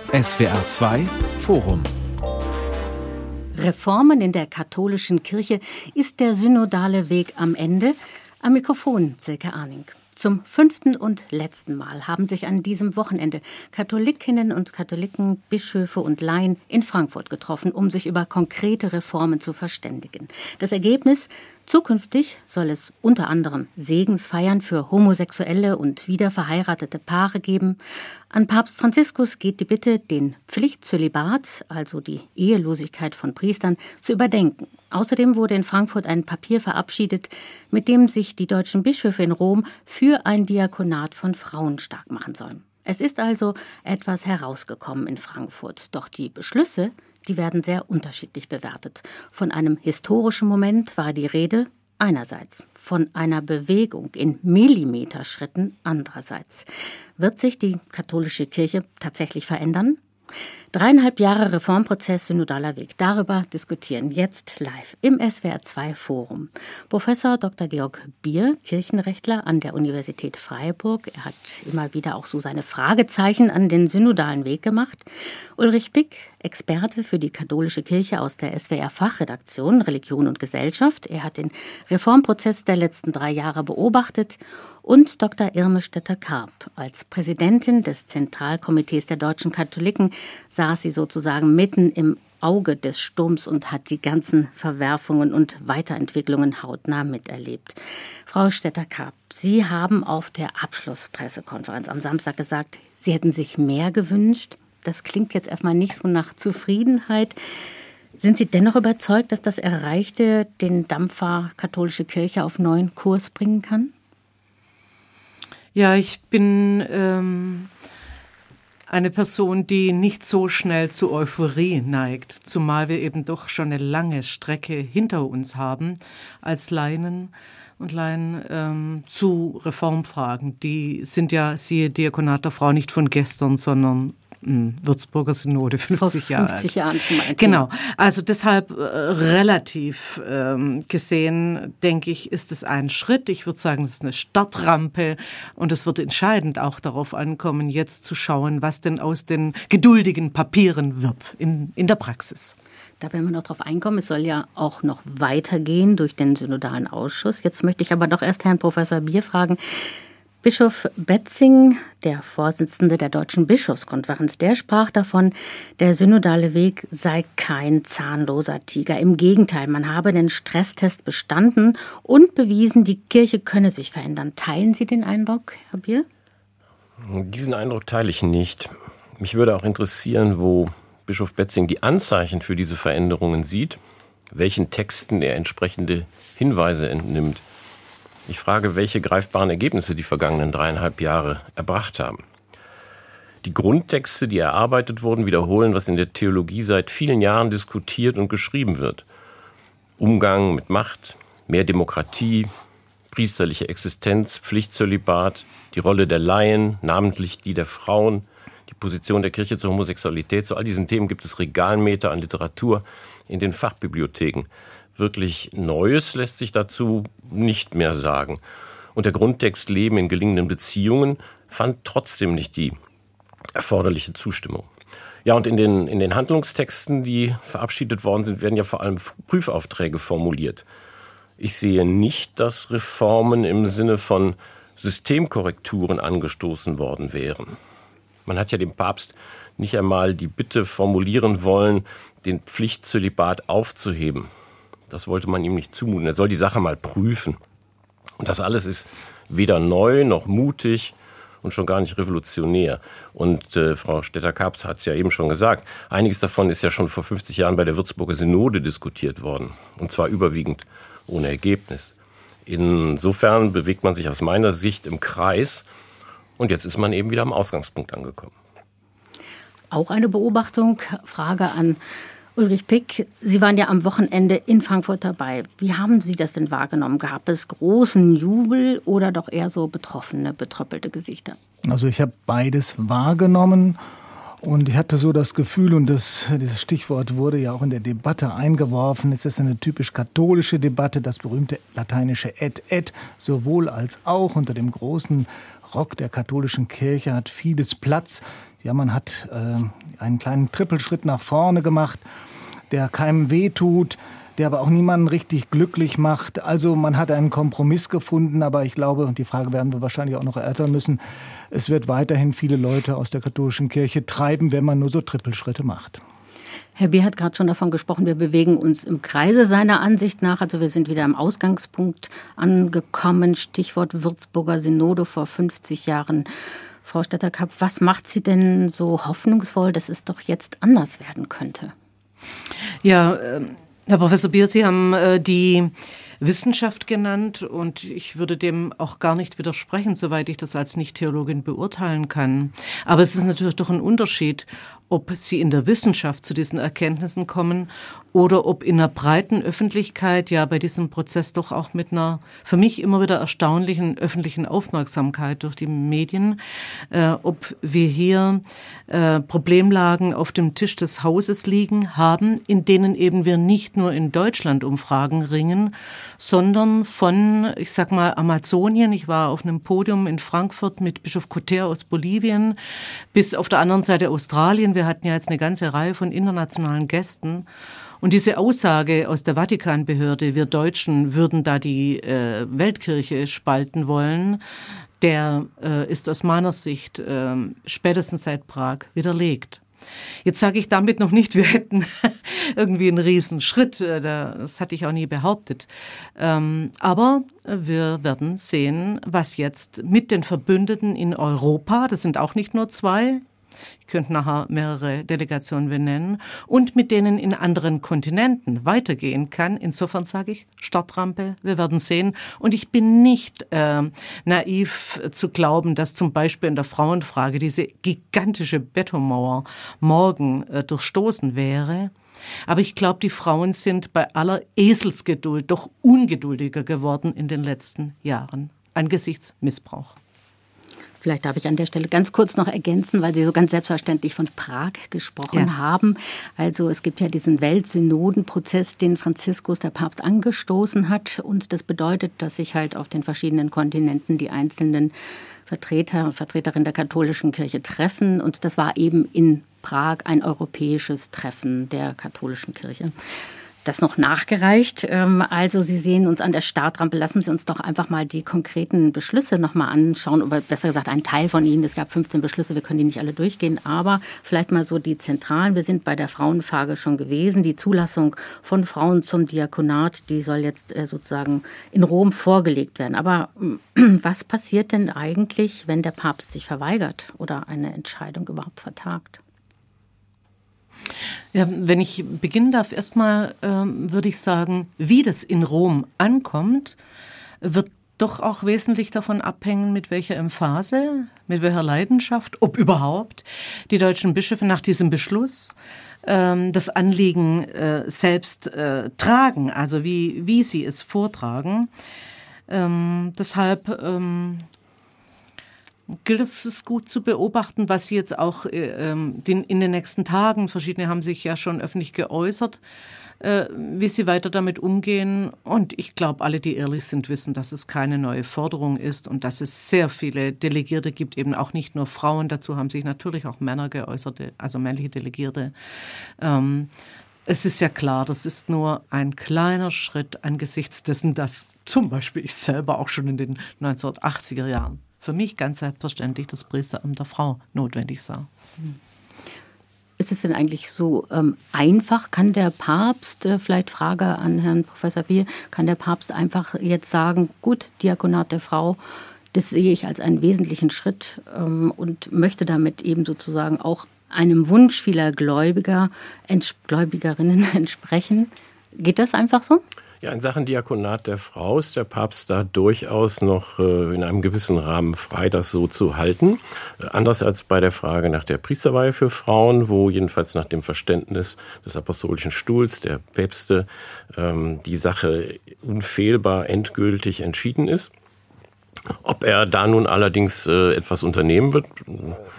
SWR 2 Forum. Reformen in der katholischen Kirche, ist der synodale Weg am Ende? Am Mikrofon Silke Arning. Zum 5. und letzten Mal haben sich an diesem Wochenende Katholikinnen und Katholiken, Bischöfe und Laien in Frankfurt getroffen, um sich über konkrete Reformen zu verständigen. Das Ergebnis: Zukünftig soll es unter anderem Segensfeiern für homosexuelle und wiederverheiratete Paare geben. An Papst Franziskus geht die Bitte, den Pflichtzölibat, also die Ehelosigkeit von Priestern, zu überdenken. Außerdem wurde in Frankfurt ein Papier verabschiedet, mit dem sich die deutschen Bischöfe in Rom für ein Diakonat von Frauen stark machen sollen. Es ist also etwas herausgekommen in Frankfurt. Doch die Beschlüsse, die werden sehr unterschiedlich bewertet. Von einem historischen Moment war die Rede einerseits, von einer Bewegung in Millimeterschritten andererseits. Wird sich die katholische Kirche tatsächlich verändern? 3,5 Jahre Reformprozess, synodaler Weg. Darüber diskutieren jetzt live im SWR 2 Forum Professor Dr. Georg Bier, Kirchenrechtler an der Universität Freiburg. Er hat immer wieder auch so seine Fragezeichen an den synodalen Weg gemacht. Ulrich Pick, Experte für die katholische Kirche aus der SWR-Fachredaktion Religion und Gesellschaft. Er hat den Reformprozess der letzten 3 Jahre beobachtet. Und Dr. Irme Stetter-Karp. Als Präsidentin des Zentralkomitees der deutschen Katholiken saß sie sozusagen mitten im Auge des Sturms und hat die ganzen Verwerfungen und Weiterentwicklungen hautnah miterlebt. Frau Stetter-Karp, Sie haben auf der Abschlusspressekonferenz am Samstag gesagt, Sie hätten sich mehr gewünscht. Das klingt jetzt erstmal nicht so nach Zufriedenheit. Sind Sie dennoch überzeugt, dass das Erreichte den Dampfer katholische Kirche auf neuen Kurs bringen kann? Ja, ich bin eine Person, die nicht so schnell zu Euphorie neigt, zumal wir eben doch schon eine lange Strecke hinter uns haben als Laien und Laien zu Reformfragen. Die sind ja, siehe Diakonat der Frau, nicht von gestern, sondern Würzburger Synode, 50 Jahre alt. 50 Jahren schon mal. Genau, also deshalb relativ gesehen, denke ich, ist es ein Schritt. Ich würde sagen, es ist eine Startrampe und es wird entscheidend auch darauf ankommen, jetzt zu schauen, was denn aus den geduldigen Papieren wird in der Praxis. Da werden wir noch drauf einkommen. Es soll ja auch noch weitergehen durch den synodalen Ausschuss. Jetzt möchte ich aber doch erst Herrn Professor Bier fragen. Bischof Betzing, der Vorsitzende der Deutschen Bischofskonferenz, der sprach davon, der synodale Weg sei kein zahnloser Tiger. Im Gegenteil, man habe den Stresstest bestanden und bewiesen, die Kirche könne sich verändern. Teilen Sie den Eindruck, Herr Bier? Diesen Eindruck teile ich nicht. Mich würde auch interessieren, wo Bischof Betzing die Anzeichen für diese Veränderungen sieht, welchen Texten er entsprechende Hinweise entnimmt. Ich frage, welche greifbaren Ergebnisse die vergangenen 3,5 Jahre erbracht haben. Die Grundtexte, die erarbeitet wurden, wiederholen, was in der Theologie seit vielen Jahren diskutiert und geschrieben wird. Umgang mit Macht, mehr Demokratie, priesterliche Existenz, Pflichtzölibat, die Rolle der Laien, namentlich die der Frauen, die Position der Kirche zur Homosexualität. Zu all diesen Themen gibt es Regalmeter an Literatur in den Fachbibliotheken. Wirklich Neues lässt sich dazu nicht mehr sagen. Und der Grundtext Leben in gelingenden Beziehungen fand trotzdem nicht die erforderliche Zustimmung. Ja, und in den Handlungstexten, die verabschiedet worden sind, werden ja vor allem Prüfaufträge formuliert. Ich sehe nicht, dass Reformen im Sinne von Systemkorrekturen angestoßen worden wären. Man hat ja dem Papst nicht einmal die Bitte formulieren wollen, den Pflichtzölibat aufzuheben. Das wollte man ihm nicht zumuten. Er soll die Sache mal prüfen. Und das alles ist weder neu noch mutig und schon gar nicht revolutionär. Und Frau Stetter-Karp hat es ja eben schon gesagt, einiges davon ist ja schon vor 50 Jahren bei der Würzburger Synode diskutiert worden. Und zwar überwiegend ohne Ergebnis. Insofern bewegt man sich aus meiner Sicht im Kreis. Und jetzt ist man eben wieder am Ausgangspunkt angekommen. Auch eine Beobachtung, Frage an Ulrich Pick, Sie waren ja am Wochenende in Frankfurt dabei. Wie haben Sie das denn wahrgenommen? Gab es großen Jubel oder doch eher so betroffene, betröppelte Gesichter? Also ich habe beides wahrgenommen und ich hatte so das Gefühl, und dieses Stichwort wurde ja auch in der Debatte eingeworfen, es ist eine typisch katholische Debatte, das berühmte lateinische et, sowohl als auch unter dem großen Rock der katholischen Kirche hat vieles Platz. Ja, man hat einen kleinen Trippelschritt nach vorne gemacht, der keinem wehtut, der aber auch niemanden richtig glücklich macht. Also man hat einen Kompromiss gefunden, aber ich glaube, und die Frage werden wir wahrscheinlich auch noch erörtern müssen, es wird weiterhin viele Leute aus der katholischen Kirche treiben, wenn man nur so Trippelschritte macht. Herr B. hat gerade schon davon gesprochen, wir bewegen uns im Kreise seiner Ansicht nach. Also wir sind wieder am Ausgangspunkt angekommen. Stichwort Würzburger Synode vor 50 Jahren. Frau Stetter-Kapp, was macht Sie denn so hoffnungsvoll, dass es doch jetzt anders werden könnte? Ja, Herr Professor Bier, Sie haben die Wissenschaft genannt und ich würde dem auch gar nicht widersprechen, soweit ich das als Nicht-Theologin beurteilen kann. Aber es ist natürlich doch ein Unterschied, ob Sie in der Wissenschaft zu diesen Erkenntnissen kommen oder ob in einer breiten Öffentlichkeit, ja bei diesem Prozess doch auch mit einer für mich immer wieder erstaunlichen öffentlichen Aufmerksamkeit durch die Medien, ob wir hier Problemlagen auf dem Tisch des Hauses liegen haben, in denen eben wir nicht nur in Deutschland um Fragen ringen, sondern von, ich sag mal, Amazonien, ich war auf einem Podium in Frankfurt mit Bischof Cotter aus Bolivien, bis auf der anderen Seite Australien. Wir hatten ja jetzt eine ganze Reihe von internationalen Gästen. Und diese Aussage aus der Vatikanbehörde, wir Deutschen würden da die Weltkirche spalten wollen, der ist aus meiner Sicht spätestens seit Prag widerlegt. Jetzt sage ich damit noch nicht, wir hätten irgendwie einen Riesenschritt, das hatte ich auch nie behauptet. Aber wir werden sehen, was jetzt mit den Verbündeten in Europa, das sind auch nicht nur 2, ich könnte nachher mehrere Delegationen benennen, und mit denen in anderen Kontinenten weitergehen kann. Insofern sage ich, Startrampe, wir werden sehen. Und ich bin nicht naiv zu glauben, dass zum Beispiel in der Frauenfrage diese gigantische Betonmauer morgen durchstoßen wäre. Aber ich glaube, die Frauen sind bei aller Eselsgeduld doch ungeduldiger geworden in den letzten Jahren angesichts Missbrauch. Vielleicht darf ich an der Stelle ganz kurz noch ergänzen, weil Sie so ganz selbstverständlich von Prag gesprochen haben. Also es gibt ja diesen Weltsynodenprozess, den Franziskus, der Papst, angestoßen hat. Und das bedeutet, dass sich halt auf den verschiedenen Kontinenten die einzelnen Vertreter und Vertreterinnen der katholischen Kirche treffen. Und das war eben in Prag ein europäisches Treffen der katholischen Kirche. Das noch nachgereicht. Also Sie sehen uns an der Startrampe. Lassen Sie uns doch einfach mal die konkreten Beschlüsse noch mal anschauen. Oder besser gesagt, einen Teil von ihnen. Es gab 15 Beschlüsse, wir können die nicht alle durchgehen. Aber vielleicht mal so die zentralen. Wir sind bei der Frauenfrage schon gewesen. Die Zulassung von Frauen zum Diakonat, die soll jetzt sozusagen in Rom vorgelegt werden. Aber was passiert denn eigentlich, wenn der Papst sich verweigert oder eine Entscheidung überhaupt vertagt? Ja, wenn ich beginnen darf, erstmal würde ich sagen, wie das in Rom ankommt, wird doch auch wesentlich davon abhängen, mit welcher Emphase, mit welcher Leidenschaft, ob überhaupt, die deutschen Bischöfe nach diesem Beschluss das Anliegen selbst tragen, also wie sie es vortragen. Deshalb gilt es gut zu beobachten, was Sie jetzt auch in den nächsten Tagen, verschiedene haben sich ja schon öffentlich geäußert, wie sie weiter damit umgehen. Und ich glaube, alle, die ehrlich sind, wissen, dass es keine neue Forderung ist und dass es sehr viele Delegierte gibt, eben auch nicht nur Frauen. Dazu haben sich natürlich auch Männer geäußert, also männliche Delegierte. Es ist ja klar, das ist nur ein kleiner Schritt angesichts dessen, dass zum Beispiel ich selber auch schon in den 1980er Jahren für mich ganz selbstverständlich das Priesteramt der Frau notwendig sah. Ist es denn eigentlich so einfach? Kann der Papst, vielleicht Frage an Herrn Professor Bier, kann der Papst einfach jetzt sagen, gut, Diakonat der Frau, das sehe ich als einen wesentlichen Schritt und möchte damit eben sozusagen auch einem Wunsch vieler Gläubigerinnen entsprechen? Geht das einfach so? Ja, in Sachen Diakonat der Frau ist der Papst da durchaus noch in einem gewissen Rahmen frei, das so zu halten. Anders als bei der Frage nach der Priesterweihe für Frauen, wo jedenfalls nach dem Verständnis des Apostolischen Stuhls, der Päpste, die Sache unfehlbar endgültig entschieden ist. Ob er da nun allerdings etwas unternehmen wird,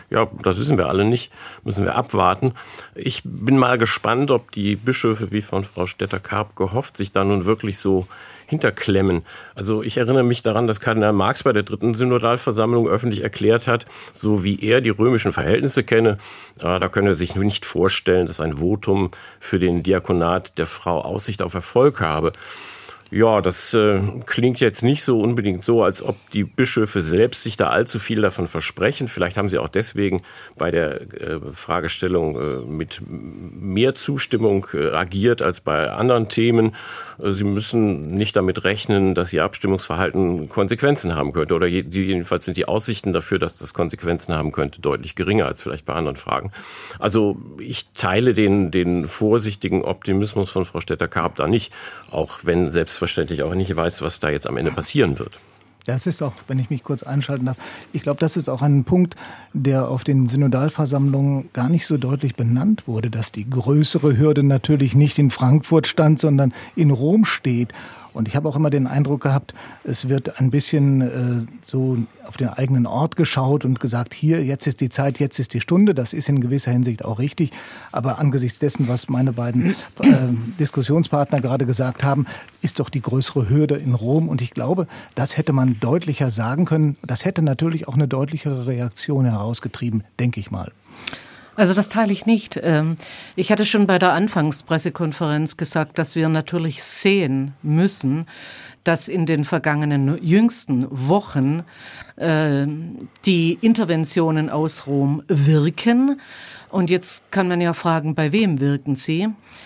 Ja, das wissen wir alle nicht, müssen wir abwarten. Ich bin mal gespannt, ob die Bischöfe, wie von Frau Stetter-Karp gehofft, sich da nun wirklich so hinterklemmen. Also ich erinnere mich daran, dass Kardinal Marx bei der 3. Synodalversammlung öffentlich erklärt hat, so wie er die römischen Verhältnisse kenne, da könne er sich nicht vorstellen, dass ein Votum für den Diakonat der Frau Aussicht auf Erfolg habe. Ja, das klingt jetzt nicht so unbedingt so, als ob die Bischöfe selbst sich da allzu viel davon versprechen. Vielleicht haben sie auch deswegen bei der Fragestellung mit mehr Zustimmung agiert als bei anderen Themen. Sie müssen nicht damit rechnen, dass ihr Abstimmungsverhalten Konsequenzen haben könnte. Oder jedenfalls sind die Aussichten dafür, dass das Konsequenzen haben könnte, deutlich geringer als vielleicht bei anderen Fragen. Also ich teile den vorsichtigen Optimismus von Frau Stetter-Karp da nicht, auch wenn selbstverständlich auch nicht weiß, was da jetzt am Ende passieren wird. Das ist auch, wenn ich mich kurz einschalten darf, ich glaube, das ist auch ein Punkt, der auf den Synodalversammlungen gar nicht so deutlich benannt wurde, dass die größere Hürde natürlich nicht in Frankfurt stand, sondern in Rom steht. Und ich habe auch immer den Eindruck gehabt, es wird ein bisschen so auf den eigenen Ort geschaut und gesagt, hier, jetzt ist die Zeit, jetzt ist die Stunde. Das ist in gewisser Hinsicht auch richtig. Aber angesichts dessen, was meine beiden Diskussionspartner gerade gesagt haben, ist doch die größere Hürde in Rom. Und ich glaube, das hätte man deutlicher sagen können. Das hätte natürlich auch eine deutlichere Reaktion herausgetrieben, denke ich mal. Also das teile ich nicht. Ich hatte schon bei der Anfangspressekonferenz gesagt, dass wir natürlich sehen müssen, dass in den vergangenen jüngsten Wochen die Interventionen aus Rom wirken. Und jetzt kann man ja fragen, bei wem wirken sie?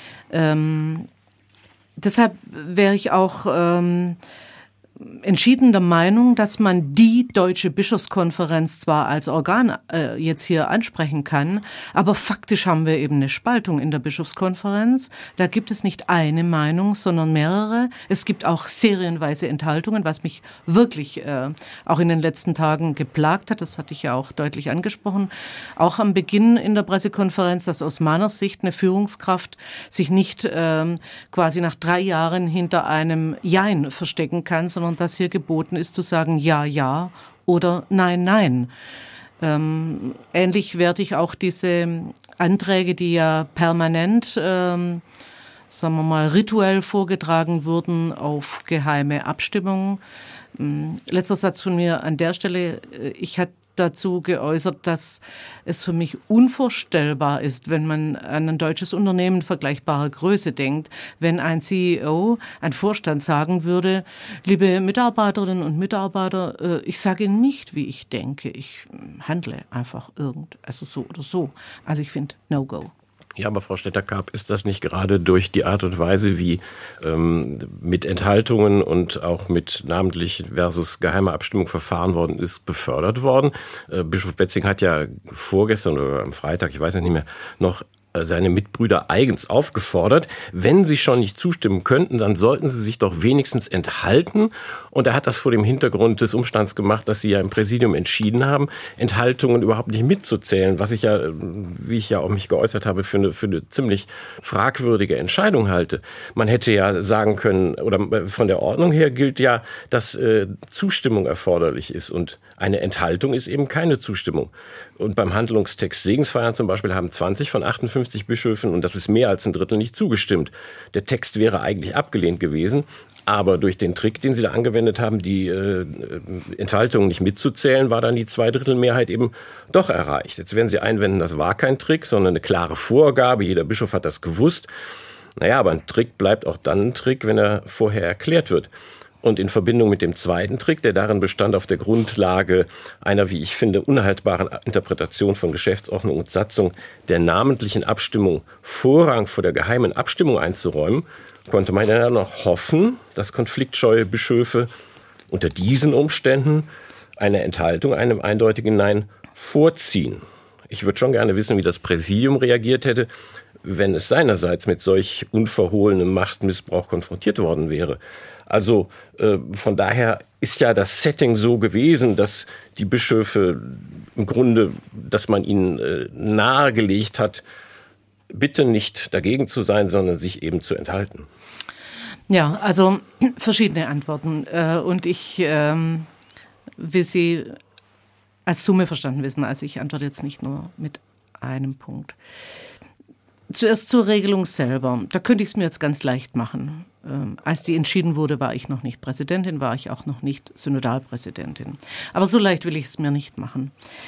Deshalb wäre ich auch entschieden der Meinung, dass man die Deutsche Bischofskonferenz zwar als Organ jetzt hier ansprechen kann, aber faktisch haben wir eben eine Spaltung in der Bischofskonferenz. Da gibt es nicht eine Meinung, sondern mehrere. Es gibt auch serienweise Enthaltungen, was mich wirklich auch in den letzten Tagen geplagt hat. Das hatte ich ja auch deutlich angesprochen. Auch am Beginn in der Pressekonferenz, dass aus meiner Sicht eine Führungskraft sich nicht quasi nach 3 Jahren hinter einem Jein verstecken kann, sondern dass hier geboten ist zu sagen Ja, ja oder Nein, nein. Ähnlich werde ich auch diese Anträge, die ja permanent, sagen wir mal, rituell vorgetragen wurden auf geheime Abstimmungen. Letzter Satz von mir an der Stelle. Ich hatte dazu geäußert, dass es für mich unvorstellbar ist, wenn man an ein deutsches Unternehmen vergleichbarer Größe denkt, wenn ein CEO, ein Vorstand sagen würde, liebe Mitarbeiterinnen und Mitarbeiter, ich sage Ihnen nicht, wie ich denke, ich handle einfach also so oder so. Also ich finde No-Go. Ja, aber Frau Stetter-Karp, ist das nicht gerade durch die Art und Weise, wie mit Enthaltungen und auch mit namentlich versus geheimer Abstimmung verfahren worden ist, befördert worden? Bischof Betzing hat ja vorgestern oder am Freitag, ich weiß nicht mehr, noch seine Mitbrüder eigens aufgefordert, wenn sie schon nicht zustimmen könnten, dann sollten sie sich doch wenigstens enthalten. Und er hat das vor dem Hintergrund des Umstands gemacht, dass sie ja im Präsidium entschieden haben, Enthaltungen überhaupt nicht mitzuzählen, was ich ja, wie ich ja auch mich geäußert habe, für eine ziemlich fragwürdige Entscheidung halte. Man hätte ja sagen können, oder von der Ordnung her gilt ja, dass Zustimmung erforderlich ist und eine Enthaltung ist eben keine Zustimmung. Und beim Handlungstext Segensfeiern zum Beispiel haben 20 von 58 Bischöfen, und das ist mehr als ein Drittel, nicht zugestimmt. Der Text wäre eigentlich abgelehnt gewesen, aber durch den Trick, den sie da angewendet haben, die Enthaltungen nicht mitzuzählen, war dann die 2/3 eben doch erreicht. Jetzt werden Sie einwenden, das war kein Trick, sondern eine klare Vorgabe. Jeder Bischof hat das gewusst. Naja, aber ein Trick bleibt auch dann ein Trick, wenn er vorher erklärt wird. Und in Verbindung mit dem zweiten Trick, der darin bestand, auf der Grundlage einer, wie ich finde, unhaltbaren Interpretation von Geschäftsordnung und Satzung der namentlichen Abstimmung Vorrang vor der geheimen Abstimmung einzuräumen, konnte man ja noch hoffen, dass konfliktscheue Bischöfe unter diesen Umständen eine Enthaltung einem eindeutigen Nein vorziehen. Ich würde schon gerne wissen, wie das Präsidium reagiert hätte, wenn es seinerseits mit solch unverhohlenem Machtmissbrauch konfrontiert worden wäre. Also von daher ist ja das Setting so gewesen, dass die Bischöfe im Grunde, dass man ihnen nahegelegt hat, bitte nicht dagegen zu sein, sondern sich eben zu enthalten. Ja, also verschiedene Antworten. Und ich will sie als Summe verstanden wissen. Also ich antworte jetzt nicht nur mit einem Punkt. Zuerst zur Regelung selber. Da könnte ich es mir jetzt ganz leicht machen. Als die entschieden wurde, war ich noch nicht Präsidentin, war ich auch noch nicht Synodalpräsidentin. Aber so leicht will ich es mir nicht machen.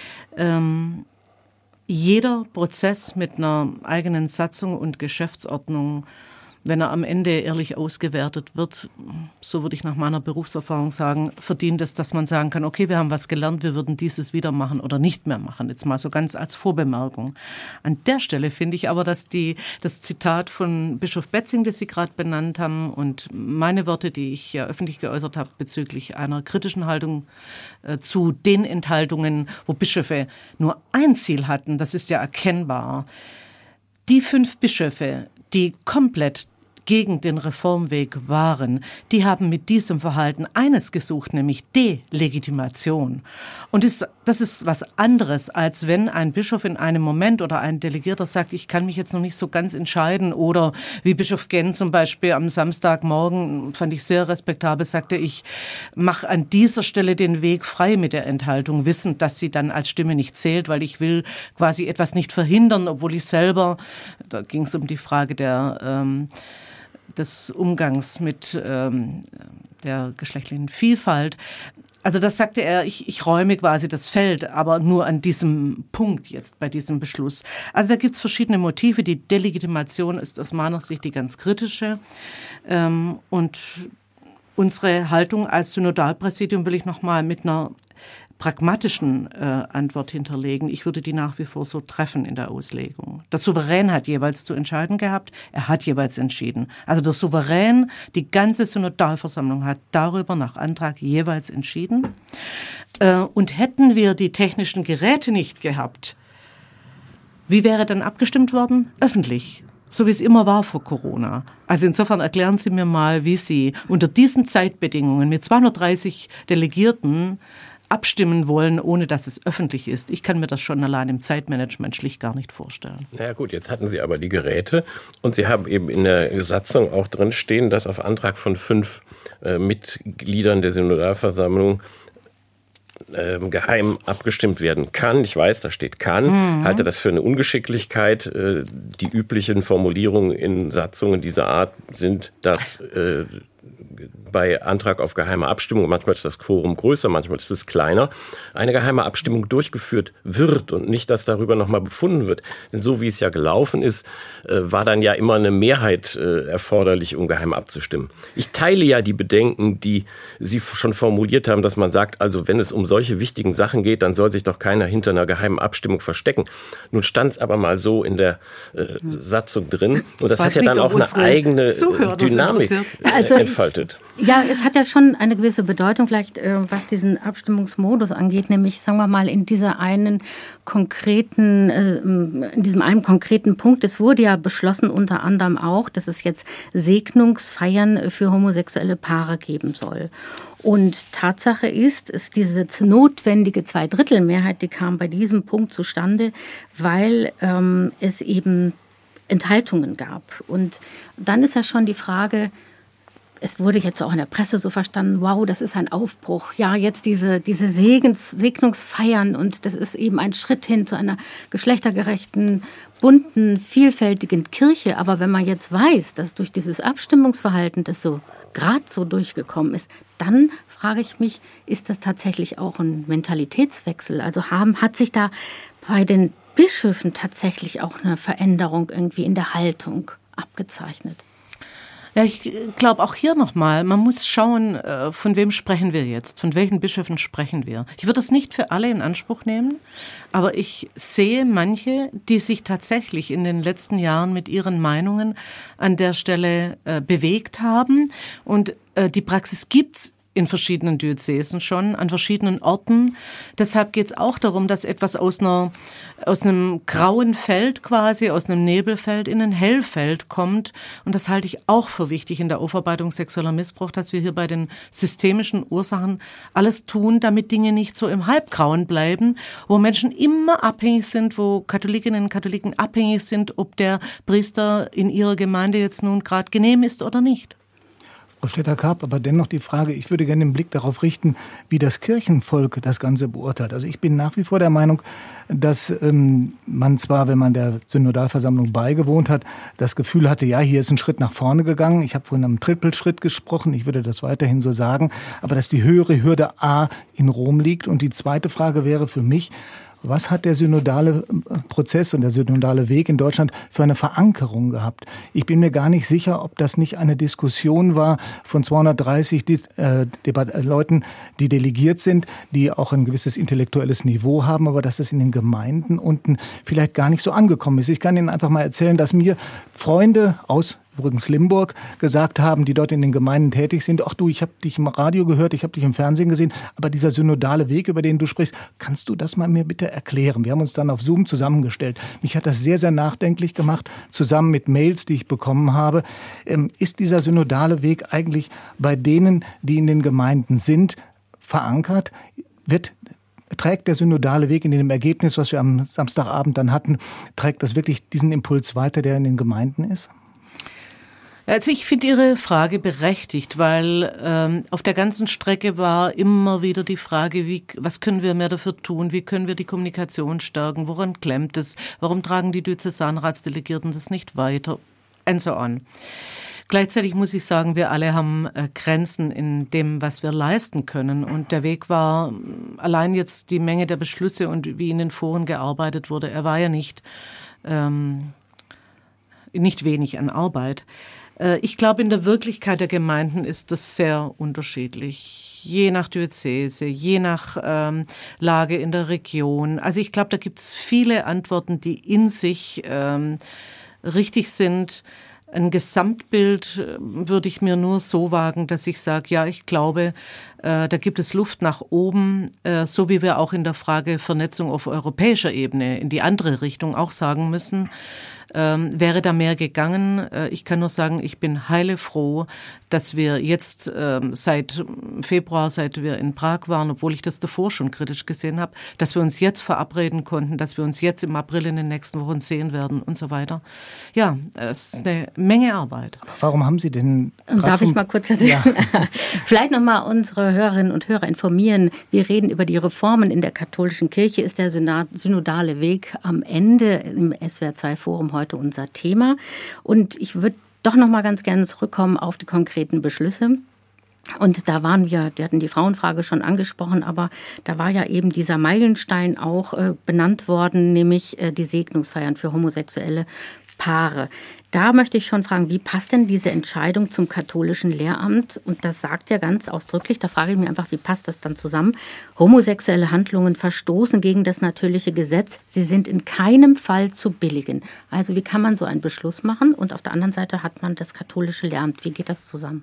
Jeder Prozess mit einer eigenen Satzung und Geschäftsordnung, wenn er am Ende ehrlich ausgewertet wird, so würde ich nach meiner Berufserfahrung sagen, verdient es, dass man sagen kann, okay, wir haben was gelernt, wir würden dieses wieder machen oder nicht mehr machen. Jetzt mal so ganz als Vorbemerkung. An der Stelle finde ich aber, dass das Zitat von Bischof Betzing, das Sie gerade benannt haben, und meine Worte, die ich ja öffentlich geäußert habe bezüglich einer kritischen Haltung zu den Enthaltungen, wo Bischöfe nur ein Ziel hatten, das ist ja erkennbar. Die 5 Bischöfe, die komplett gegen den Reformweg waren, die haben mit diesem Verhalten eines gesucht, nämlich Delegitimation. Und das ist was anderes, als wenn ein Bischof in einem Moment oder ein Delegierter sagt, ich kann mich jetzt noch nicht so ganz entscheiden, oder wie Bischof Genn zum Beispiel am Samstagmorgen, fand ich sehr respektabel, sagte, ich mache an dieser Stelle den Weg frei mit der Enthaltung, wissend, dass sie dann als Stimme nicht zählt, weil ich will quasi etwas nicht verhindern, obwohl ich selber, da ging es um die Frage des Umgangs mit der geschlechtlichen Vielfalt. Also das sagte er, ich räume quasi das Feld, aber nur an diesem Punkt jetzt, bei diesem Beschluss. Also da gibt es verschiedene Motive. Die Delegitimation ist aus meiner Sicht die ganz kritische. Und unsere Haltung als Synodalpräsidium will ich nochmal mit einer pragmatischen Antwort hinterlegen. Ich würde die nach wie vor so treffen in der Auslegung. Der Souverän hat jeweils zu entscheiden gehabt. Er hat jeweils entschieden. Also der Souverän, die ganze Synodalversammlung hat darüber nach Antrag jeweils entschieden. Und hätten wir die technischen Geräte nicht gehabt, wie wäre dann abgestimmt worden? Öffentlich. So wie es immer war vor Corona. Also insofern erklären Sie mir mal, wie Sie unter diesen Zeitbedingungen mit 230 Delegierten abstimmen wollen, ohne dass es öffentlich ist. Ich kann mir das schon allein im Zeitmanagement schlicht gar nicht vorstellen. Naja gut, jetzt hatten Sie aber die Geräte und Sie haben eben in der Satzung auch drin stehen, dass auf Antrag von 5 Mitgliedern der Synodalversammlung geheim abgestimmt werden kann. Ich weiß, da steht kann. Halte das für eine Ungeschicklichkeit. Die üblichen Formulierungen in Satzungen dieser Art sind, dass bei Antrag auf geheime Abstimmung, manchmal ist das Quorum größer, manchmal ist es kleiner, eine geheime Abstimmung durchgeführt wird und nicht, dass darüber nochmal befunden wird. Denn so wie es ja gelaufen ist, war dann ja immer eine Mehrheit erforderlich, um geheim abzustimmen. Ich teile ja die Bedenken, die Sie schon formuliert haben, dass man sagt, also wenn es um solche wichtigen Sachen geht, dann soll sich doch keiner hinter einer geheimen Abstimmung verstecken. Nun stand es aber mal so in der Satzung drin und das hat ja dann auch eine eigene Dynamik entfaltet. Ja, es hat ja schon eine gewisse Bedeutung, vielleicht was diesen Abstimmungsmodus angeht, nämlich, sagen wir mal, in diesem einen konkreten Punkt. Es wurde ja beschlossen unter anderem auch, dass es jetzt Segnungsfeiern für homosexuelle Paare geben soll. Und Tatsache ist, diese notwendige Zweidrittelmehrheit, die kam bei diesem Punkt zustande, weil es eben Enthaltungen gab. Und dann ist ja schon die Frage, es wurde jetzt auch in der Presse so verstanden, wow, das ist ein Aufbruch. Ja, jetzt diese Segnungsfeiern und das ist eben ein Schritt hin zu einer geschlechtergerechten, bunten, vielfältigen Kirche. Aber wenn man jetzt weiß, dass durch dieses Abstimmungsverhalten das so gerade so durchgekommen ist, dann frage ich mich, ist das tatsächlich auch ein Mentalitätswechsel? Also hat sich da bei den Bischöfen tatsächlich auch eine Veränderung irgendwie in der Haltung abgezeichnet? Ja, ich glaube auch hier nochmal, man muss schauen, von wem sprechen wir jetzt, von welchen Bischöfen sprechen wir. Ich würde das nicht für alle in Anspruch nehmen, aber ich sehe manche, die sich tatsächlich in den letzten Jahren mit ihren Meinungen an der Stelle bewegt haben. Und die Praxis gibt's in verschiedenen Diözesen schon, an verschiedenen Orten. Deshalb geht es auch darum, dass etwas aus einem grauen Feld quasi, aus einem Nebelfeld in ein Hellfeld kommt. Und das halte ich auch für wichtig in der Aufarbeitung sexueller Missbrauch, dass wir hier bei den systemischen Ursachen alles tun, damit Dinge nicht so im Halbgrauen bleiben, wo Menschen immer abhängig sind, wo Katholikinnen und Katholiken abhängig sind, ob der Priester in ihrer Gemeinde jetzt nun gerade genehm ist oder nicht. Frau Stetter-Karp, aber dennoch die Frage, ich würde gerne den Blick darauf richten, wie das Kirchenvolk das Ganze beurteilt. Also ich bin nach wie vor der Meinung, dass man zwar, wenn man der Synodalversammlung beigewohnt hat, das Gefühl hatte, ja, hier ist ein Schritt nach vorne gegangen. Ich habe von einem Trippelschritt gesprochen, ich würde das weiterhin so sagen, aber dass die höhere Hürde A in Rom liegt. Und die zweite Frage wäre für mich, was hat der synodale Prozess und der synodale Weg in Deutschland für eine Verankerung gehabt? Ich bin mir gar nicht sicher, ob das nicht eine Diskussion war von 230 Leuten, die delegiert sind, die auch ein gewisses intellektuelles Niveau haben, aber dass das in den Gemeinden unten vielleicht gar nicht so angekommen ist. Ich kann Ihnen einfach mal erzählen, dass mir Freunde aus übrigens Limburg gesagt haben, die dort in den Gemeinden tätig sind, ach du, ich habe dich im Radio gehört, ich habe dich im Fernsehen gesehen, aber dieser synodale Weg, über den du sprichst, kannst du das mal mir bitte erklären? Wir haben uns dann auf Zoom zusammengestellt. Mich hat das sehr, sehr nachdenklich gemacht, zusammen mit Mails, die ich bekommen habe. Ist dieser synodale Weg eigentlich bei denen, die in den Gemeinden sind, verankert? Trägt der synodale Weg in dem Ergebnis, was wir am Samstagabend dann hatten, trägt das wirklich diesen Impuls weiter, der in den Gemeinden ist? Also ich finde Ihre Frage berechtigt, weil auf der ganzen Strecke war immer wieder die Frage, was können wir mehr dafür tun, wie können wir die Kommunikation stärken, woran klemmt es, warum tragen die Diözesanratsdelegierten das nicht weiter, and so on. Gleichzeitig muss ich sagen, wir alle haben Grenzen in dem, was wir leisten können. Und der Weg war, allein jetzt die Menge der Beschlüsse und wie in den Foren gearbeitet wurde, er war ja nicht wenig an Arbeit. Ich glaube, in der Wirklichkeit der Gemeinden ist das sehr unterschiedlich. Je nach Diözese, je nach Lage in der Region. Also ich glaube, da gibt es viele Antworten, die in sich richtig sind. Ein Gesamtbild würde ich mir nur so wagen, dass ich sage, ja, ich glaube, da gibt es Luft nach oben, so wie wir auch in der Frage Vernetzung auf europäischer Ebene in die andere Richtung auch sagen müssen. Wäre da mehr gegangen. Ich kann nur sagen, ich bin heilefroh, dass wir jetzt seit Februar, seit wir in Prag waren, obwohl ich das davor schon kritisch gesehen habe, dass wir uns jetzt verabreden konnten, dass wir uns jetzt im April in den nächsten Wochen sehen werden und so weiter. Ja, es ist eine Menge Arbeit. Aber warum haben Sie denn... Darf ich mal kurz erzählen? Ja. Vielleicht nochmal unsere Hörerinnen und Hörer informieren. Wir reden über die Reformen in der katholischen Kirche. Ist der synodale Weg am Ende im SWR2-Forum heute unser Thema. Und ich würde doch noch mal ganz gerne zurückkommen auf die konkreten Beschlüsse. Und da waren wir hatten die Frauenfrage schon angesprochen, aber da war ja eben dieser Meilenstein auch benannt worden, nämlich die Segnungsfeiern für homosexuelle Paare. Da möchte ich schon fragen, wie passt denn diese Entscheidung zum katholischen Lehramt? Und das sagt ja ganz ausdrücklich, da frage ich mich einfach, wie passt das dann zusammen? Homosexuelle Handlungen verstoßen gegen das natürliche Gesetz. Sie sind in keinem Fall zu billigen. Also wie kann man so einen Beschluss machen? Und auf der anderen Seite hat man das katholische Lehramt. Wie geht das zusammen?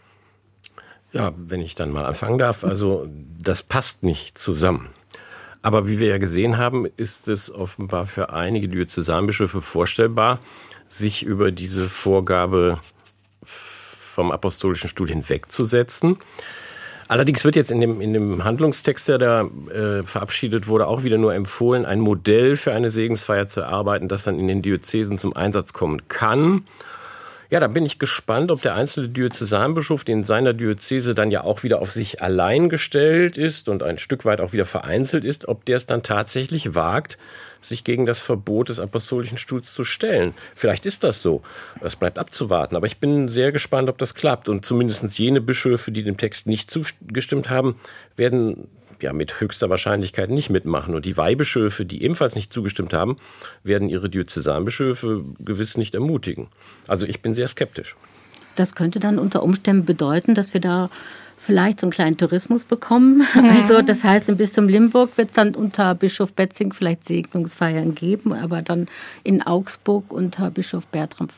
Ja, wenn ich dann mal anfangen darf, also das passt nicht zusammen. Aber wie wir ja gesehen haben, ist es offenbar für einige Diözesanbischöfe vorstellbar, sich über diese Vorgabe vom Apostolischen Stuhl hinwegzusetzen. Allerdings wird jetzt in dem Handlungstext, der da verabschiedet wurde, auch wieder nur empfohlen, ein Modell für eine Segensfeier zu erarbeiten, das dann in den Diözesen zum Einsatz kommen kann. Ja, da bin ich gespannt, ob der einzelne Diözesanbischof, der in seiner Diözese dann ja auch wieder auf sich allein gestellt ist und ein Stück weit auch wieder vereinzelt ist, ob der es dann tatsächlich wagt, sich gegen das Verbot des Apostolischen Stuhls zu stellen. Vielleicht ist das so. Das bleibt abzuwarten. Aber ich bin sehr gespannt, ob das klappt. Und zumindest jene Bischöfe, die dem Text nicht zugestimmt haben, werden ja mit höchster Wahrscheinlichkeit nicht mitmachen. Und die Weihbischöfe, die ebenfalls nicht zugestimmt haben, werden ihre Diözesanbischöfe gewiss nicht ermutigen. Also ich bin sehr skeptisch. Das könnte dann unter Umständen bedeuten, dass wir da vielleicht so einen kleinen Tourismus bekommen. Also das heißt, im Bistum Limburg wird es dann unter Bischof Betzing vielleicht Segnungsfeiern geben, aber dann in Augsburg unter Bischof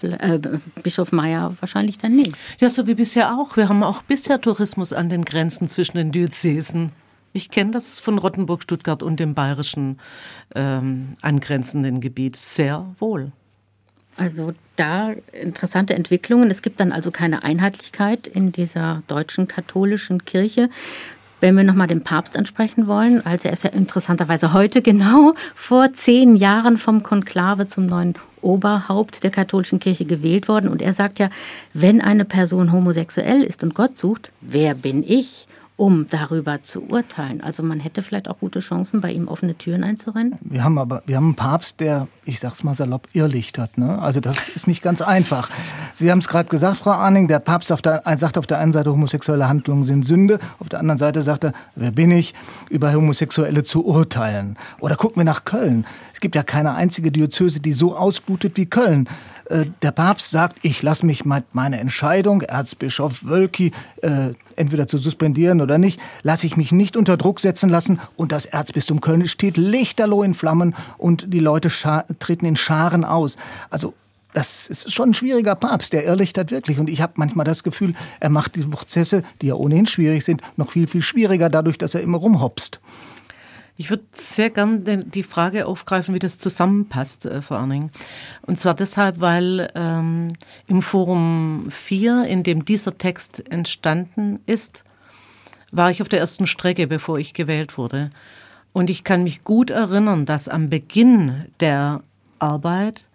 Meyer wahrscheinlich dann nicht. Ja, so wie bisher auch. Wir haben auch bisher Tourismus an den Grenzen zwischen den Diözesen. Ich kenne das von Rottenburg, Stuttgart und dem bayerischen angrenzenden Gebiet sehr wohl. Also da interessante Entwicklungen. Es gibt dann also keine Einheitlichkeit in dieser deutschen katholischen Kirche. Wenn wir nochmal den Papst ansprechen wollen, also er ist ja interessanterweise heute genau vor 10 Jahren vom Konklave zum neuen Oberhaupt der katholischen Kirche gewählt worden. Und er sagt ja, wenn eine Person homosexuell ist und Gott sucht, wer bin ich, um darüber zu urteilen? Also man hätte vielleicht auch gute Chancen, bei ihm offene Türen einzurennen. Wir haben einen Papst, der, ich sag's mal salopp, irrlichtert, ne? Also das ist nicht ganz einfach. Sie haben es gerade gesagt, Frau Arning, der Papst sagt auf der einen Seite, homosexuelle Handlungen sind Sünde, auf der anderen Seite sagt er, wer bin ich, über Homosexuelle zu urteilen? Oder gucken wir nach Köln. Es gibt ja keine einzige Diözese, die so ausblutet wie Köln. Der Papst sagt, ich lasse mich meine Entscheidung, Erzbischof Wölki, entweder zu suspendieren oder nicht, lasse ich mich nicht unter Druck setzen lassen. Und das Erzbistum Köln steht lichterloh in Flammen und die Leute treten in Scharen aus. Also das ist schon ein schwieriger Papst, der irrlichtert wirklich. Und ich habe manchmal das Gefühl, er macht die Prozesse, die ja ohnehin schwierig sind, noch viel, viel schwieriger dadurch, dass er immer rumhopst. Ich würde sehr gern die Frage aufgreifen, wie das zusammenpasst, Frau Arning. Und zwar deshalb, weil im Forum 4, in dem dieser Text entstanden ist, war ich auf der ersten Strecke, bevor ich gewählt wurde. Und ich kann mich gut erinnern, dass am Beginn der Arbeit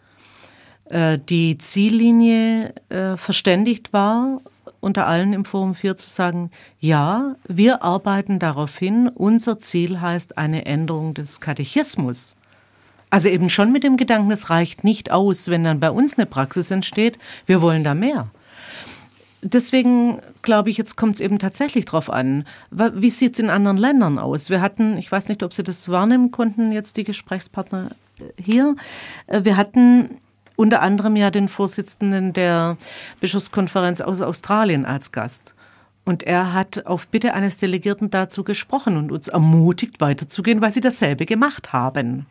die Ziellinie verständigt war, unter allen im Forum 4 zu sagen, ja, wir arbeiten darauf hin, unser Ziel heißt eine Änderung des Katechismus. Also eben schon mit dem Gedanken, es reicht nicht aus, wenn dann bei uns eine Praxis entsteht, wir wollen da mehr. Deswegen glaube ich, jetzt kommt es eben tatsächlich drauf an, wie sieht es in anderen Ländern aus? Wir hatten, ich weiß nicht, ob Sie das wahrnehmen konnten, jetzt die Gesprächspartner hier, wir hatten unter anderem ja den Vorsitzenden der Bischofskonferenz aus Australien als Gast. Und er hat auf Bitte eines Delegierten dazu gesprochen und uns ermutigt, weiterzugehen, weil sie dasselbe gemacht haben.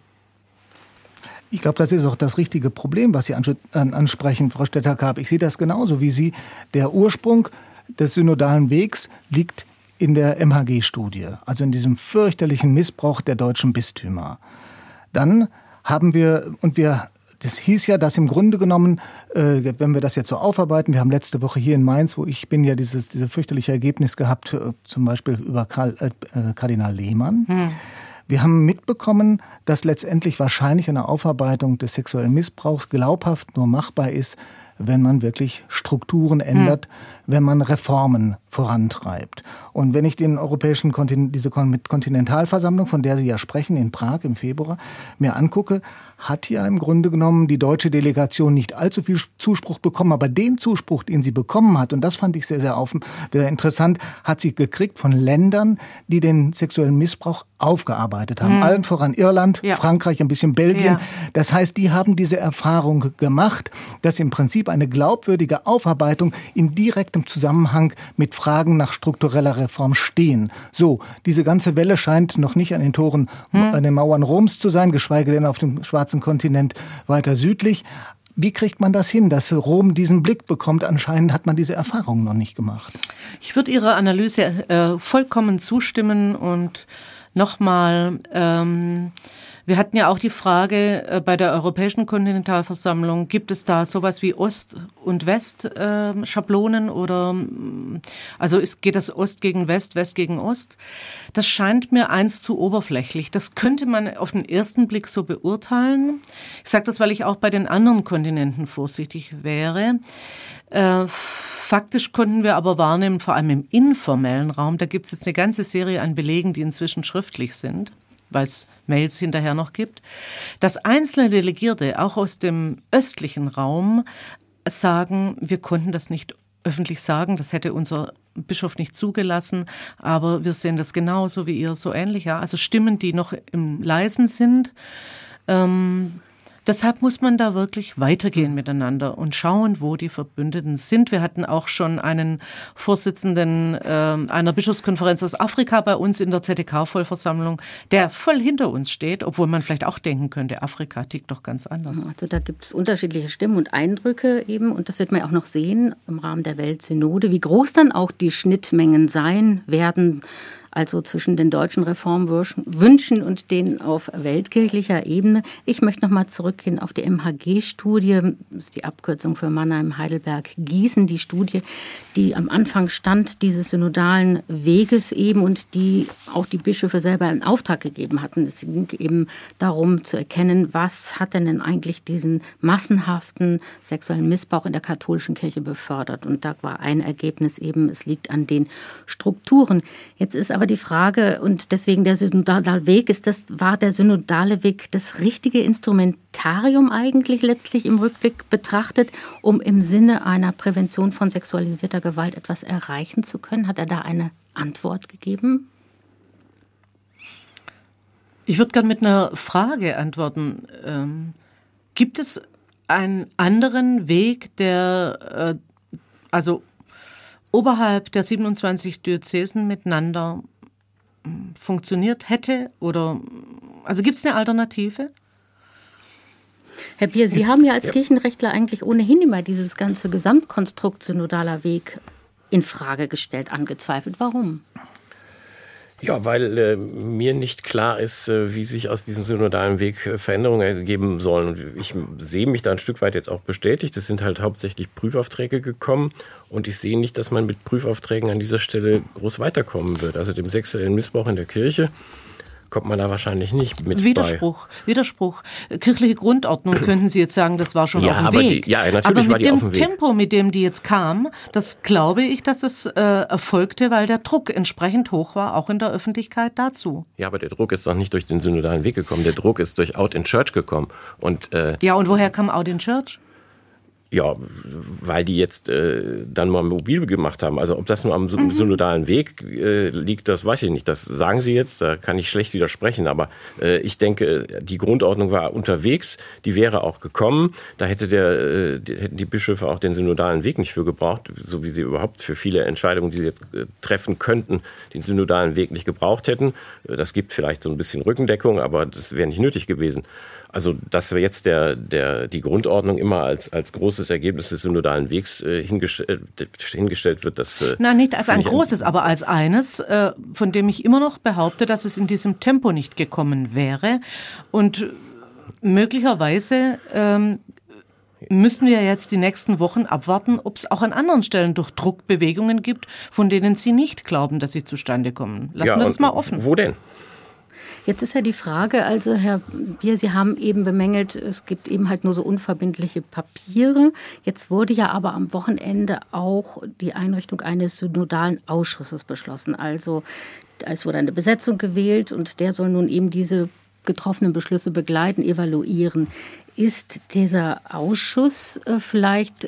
Ich glaube, das ist auch das richtige Problem, was Sie ansprechen, Frau Stetter-Karp. Ich sehe das genauso wie Sie. Der Ursprung des synodalen Wegs liegt in der MHG-Studie, also in diesem fürchterlichen Missbrauch der deutschen Bistümer. Dann haben das hieß ja, dass im Grunde genommen, wenn wir das jetzt so aufarbeiten, wir haben letzte Woche hier in Mainz, wo ich bin, ja diese fürchterliche Ergebnis gehabt, zum Beispiel über Kardinal Lehmann. Wir haben mitbekommen, dass letztendlich wahrscheinlich eine Aufarbeitung des sexuellen Missbrauchs glaubhaft nur machbar ist, wenn man wirklich Strukturen ändert, wenn man Reformen vorantreibt. Und wenn ich den europäischen Kontinentalversammlung, von der Sie ja sprechen, in Prag im Februar, mir angucke, hat ja im Grunde genommen die deutsche Delegation nicht allzu viel Zuspruch bekommen, aber den Zuspruch, den sie bekommen hat, und das fand ich sehr, sehr interessant, hat sie gekriegt von Ländern, die den sexuellen Missbrauch aufgearbeitet haben. Allen voran Irland, Frankreich, ein bisschen Belgien. Ja. Das heißt, die haben diese Erfahrung gemacht, dass im Prinzip eine glaubwürdige Aufarbeitung in direktem Zusammenhang mit Fragen nach struktureller Reform stehen. So, diese ganze Welle scheint noch nicht an den Toren, an den Mauern Roms zu sein, geschweige denn auf dem schwarzen Kontinent weiter südlich. Wie kriegt man das hin, dass Rom diesen Blick bekommt? Anscheinend hat man diese Erfahrung noch nicht gemacht. Ich würde Ihrer Analyse vollkommen zustimmen und nochmal, wir hatten ja auch die Frage bei der Europäischen Kontinentalversammlung, gibt es da sowas wie Ost- und West-Schablonen oder, also geht das Ost gegen West, West gegen Ost? Das scheint mir eins zu oberflächlich. Das könnte man auf den ersten Blick so beurteilen. Ich sage das, weil ich auch bei den anderen Kontinenten vorsichtig wäre. Faktisch konnten wir aber wahrnehmen, vor allem im informellen Raum, da gibt es jetzt eine ganze Serie an Belegen, die inzwischen schriftlich sind, weil es Mails hinterher noch gibt, dass einzelne Delegierte, auch aus dem östlichen Raum, sagen, wir konnten das nicht öffentlich sagen, das hätte unser Bischof nicht zugelassen, aber wir sehen das genauso wie ihr, so ähnlich. Ja? Also Stimmen, die noch im Leisen sind. Deshalb muss man da wirklich weitergehen miteinander und schauen, wo die Verbündeten sind. Wir hatten auch schon einen Vorsitzenden einer Bischofskonferenz aus Afrika bei uns in der ZDK-Vollversammlung, der voll hinter uns steht, obwohl man vielleicht auch denken könnte, Afrika tickt doch ganz anders. Also da gibt es unterschiedliche Stimmen und Eindrücke eben, und das wird man ja auch noch sehen im Rahmen der Weltsynode, wie groß dann auch die Schnittmengen sein werden. also zwischen den deutschen Reformwünschen und denen auf weltkirchlicher Ebene. Ich möchte noch mal zurückgehen auf die MHG-Studie, das ist die Abkürzung für Mannheim, Heidelberg, Gießen, die Studie, die am Anfang stand dieses synodalen Weges eben und die auch die Bischöfe selber in Auftrag gegeben hatten. Es ging eben darum zu erkennen, was hat denn eigentlich diesen massenhaften sexuellen Missbrauch in der katholischen Kirche befördert. Und da war ein Ergebnis eben, es liegt an den Strukturen. Jetzt ist aber die Frage, und deswegen der synodale Weg, war der synodale Weg das richtige Instrumentarium eigentlich letztlich im Rückblick betrachtet, um im Sinne einer Prävention von sexualisierter Gewalt etwas erreichen zu können? Hat er da eine Antwort gegeben? Ich würde gerne mit einer Frage antworten. Gibt es einen anderen Weg, der also oberhalb der 27 Diözesen miteinander funktioniert hätte? Oder also gibt es eine Alternative? Herr Bier, Sie haben ja als Kirchenrechtler eigentlich ohnehin immer dieses ganze Gesamtkonstrukt synodaler Weg in Frage gestellt, angezweifelt. Warum? Ja, weil mir nicht klar ist, wie sich aus diesem synodalen Weg Veränderungen ergeben sollen. Und ich sehe mich da ein Stück weit jetzt auch bestätigt. Es sind halt hauptsächlich Prüfaufträge gekommen und ich sehe nicht, dass man mit Prüfaufträgen an dieser Stelle groß weiterkommen wird. Also dem sexuellen Missbrauch in der Kirche kommt man da wahrscheinlich nicht mit Widerspruch. Kirchliche Grundordnung könnten Sie jetzt sagen, das war schon auf dem Weg. Natürlich aber war die auf dem mit Weg. dem Tempo, mit dem die jetzt kam, das glaube ich, dass es erfolgte, weil der Druck entsprechend hoch war, auch in der Öffentlichkeit dazu. Ja, aber der Druck ist doch nicht durch den synodalen Weg gekommen. Der Druck ist durch Out in Church gekommen. Und woher kam Out in Church? Ja, weil die jetzt dann mal mobil gemacht haben. Also ob das nur am synodalen Weg liegt, das weiß ich nicht. Das sagen Sie jetzt, da kann ich schlecht widersprechen. Aber ich denke, die Grundordnung war unterwegs, die wäre auch gekommen. Da hätten die Bischöfe auch den synodalen Weg nicht für gebraucht, so wie sie überhaupt für viele Entscheidungen, die sie jetzt treffen könnten, den synodalen Weg nicht gebraucht hätten. Das gibt vielleicht so ein bisschen Rückendeckung, aber das wäre nicht nötig gewesen. Also, dass jetzt die Grundordnung immer als großes Ergebnis des synodalen Wegs hingestellt wird, das... Nein, nicht als ein großes, aber als eines, von dem ich immer noch behaupte, dass es in diesem Tempo nicht gekommen wäre. Und möglicherweise müssen wir jetzt die nächsten Wochen abwarten, ob es auch an anderen Stellen durch Druckbewegungen gibt, von denen Sie nicht glauben, dass sie zustande kommen. Lassen wir das mal offen. Wo denn? Jetzt ist ja die Frage, also Herr Bier, Sie haben eben bemängelt, es gibt eben halt nur so unverbindliche Papiere. Jetzt wurde ja aber am Wochenende auch die Einrichtung eines synodalen Ausschusses beschlossen. Also es wurde eine Besetzung gewählt und der soll nun eben diese getroffenen Beschlüsse begleiten, evaluieren. Ist dieser Ausschuss vielleicht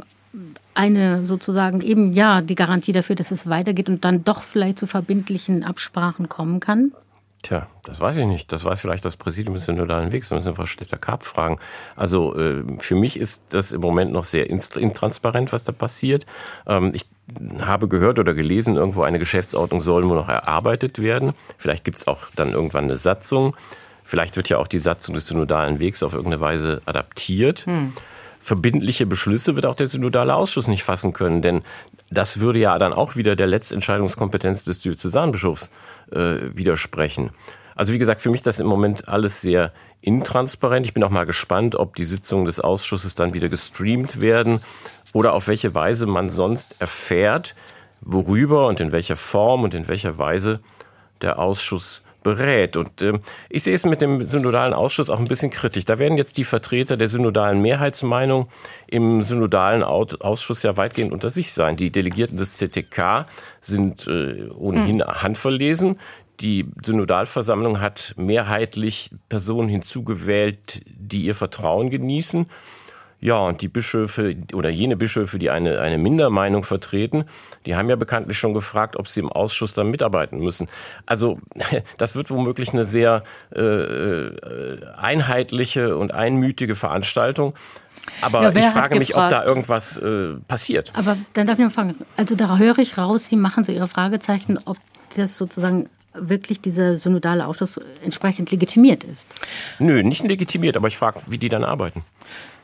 eine sozusagen eben die Garantie dafür, dass es weitergeht und dann doch vielleicht zu verbindlichen Absprachen kommen kann? Tja, das weiß ich nicht. Das weiß vielleicht das Präsidium des synodalen Wegs. Da müssen wir Frau Stetter-Karp fragen. Also für mich ist das im Moment noch sehr intransparent, was da passiert. Ich habe gehört oder gelesen, irgendwo eine Geschäftsordnung soll nur noch erarbeitet werden. Vielleicht gibt es auch dann irgendwann eine Satzung. Vielleicht wird ja auch die Satzung des synodalen Wegs auf irgendeine Weise adaptiert. Verbindliche Beschlüsse wird auch der synodale Ausschuss nicht fassen können, denn das würde ja dann auch wieder der Letztentscheidungskompetenz des Diözesanbischofs widersprechen. Also wie gesagt, für mich das im Moment alles sehr intransparent. Ich bin auch mal gespannt, ob die Sitzungen des Ausschusses dann wieder gestreamt werden oder auf welche Weise man sonst erfährt, worüber und in welcher Form und in welcher Weise der Ausschuss berät. Und ich sehe es mit dem synodalen Ausschuss auch ein bisschen kritisch. Da werden jetzt die Vertreter der synodalen Mehrheitsmeinung im synodalen Ausschuss ja weitgehend unter sich sein. Die Delegierten des CTK sind ohnehin handverlesen. Die Synodalversammlung hat mehrheitlich Personen hinzugewählt, die ihr Vertrauen genießen. Ja, und die Bischöfe oder jene Bischöfe, die eine Mindermeinung vertreten, die haben ja bekanntlich schon gefragt, ob sie im Ausschuss dann mitarbeiten müssen. Also das wird womöglich eine sehr einheitliche und einmütige Veranstaltung. Aber ich frage mich, ob da irgendwas passiert. Aber dann darf ich noch fragen, also da höre ich raus, Sie machen so Ihre Fragezeichen, ob das sozusagen wirklich dieser synodale Ausschuss entsprechend legitimiert ist. Nö, nicht legitimiert, aber ich frage, wie die dann arbeiten.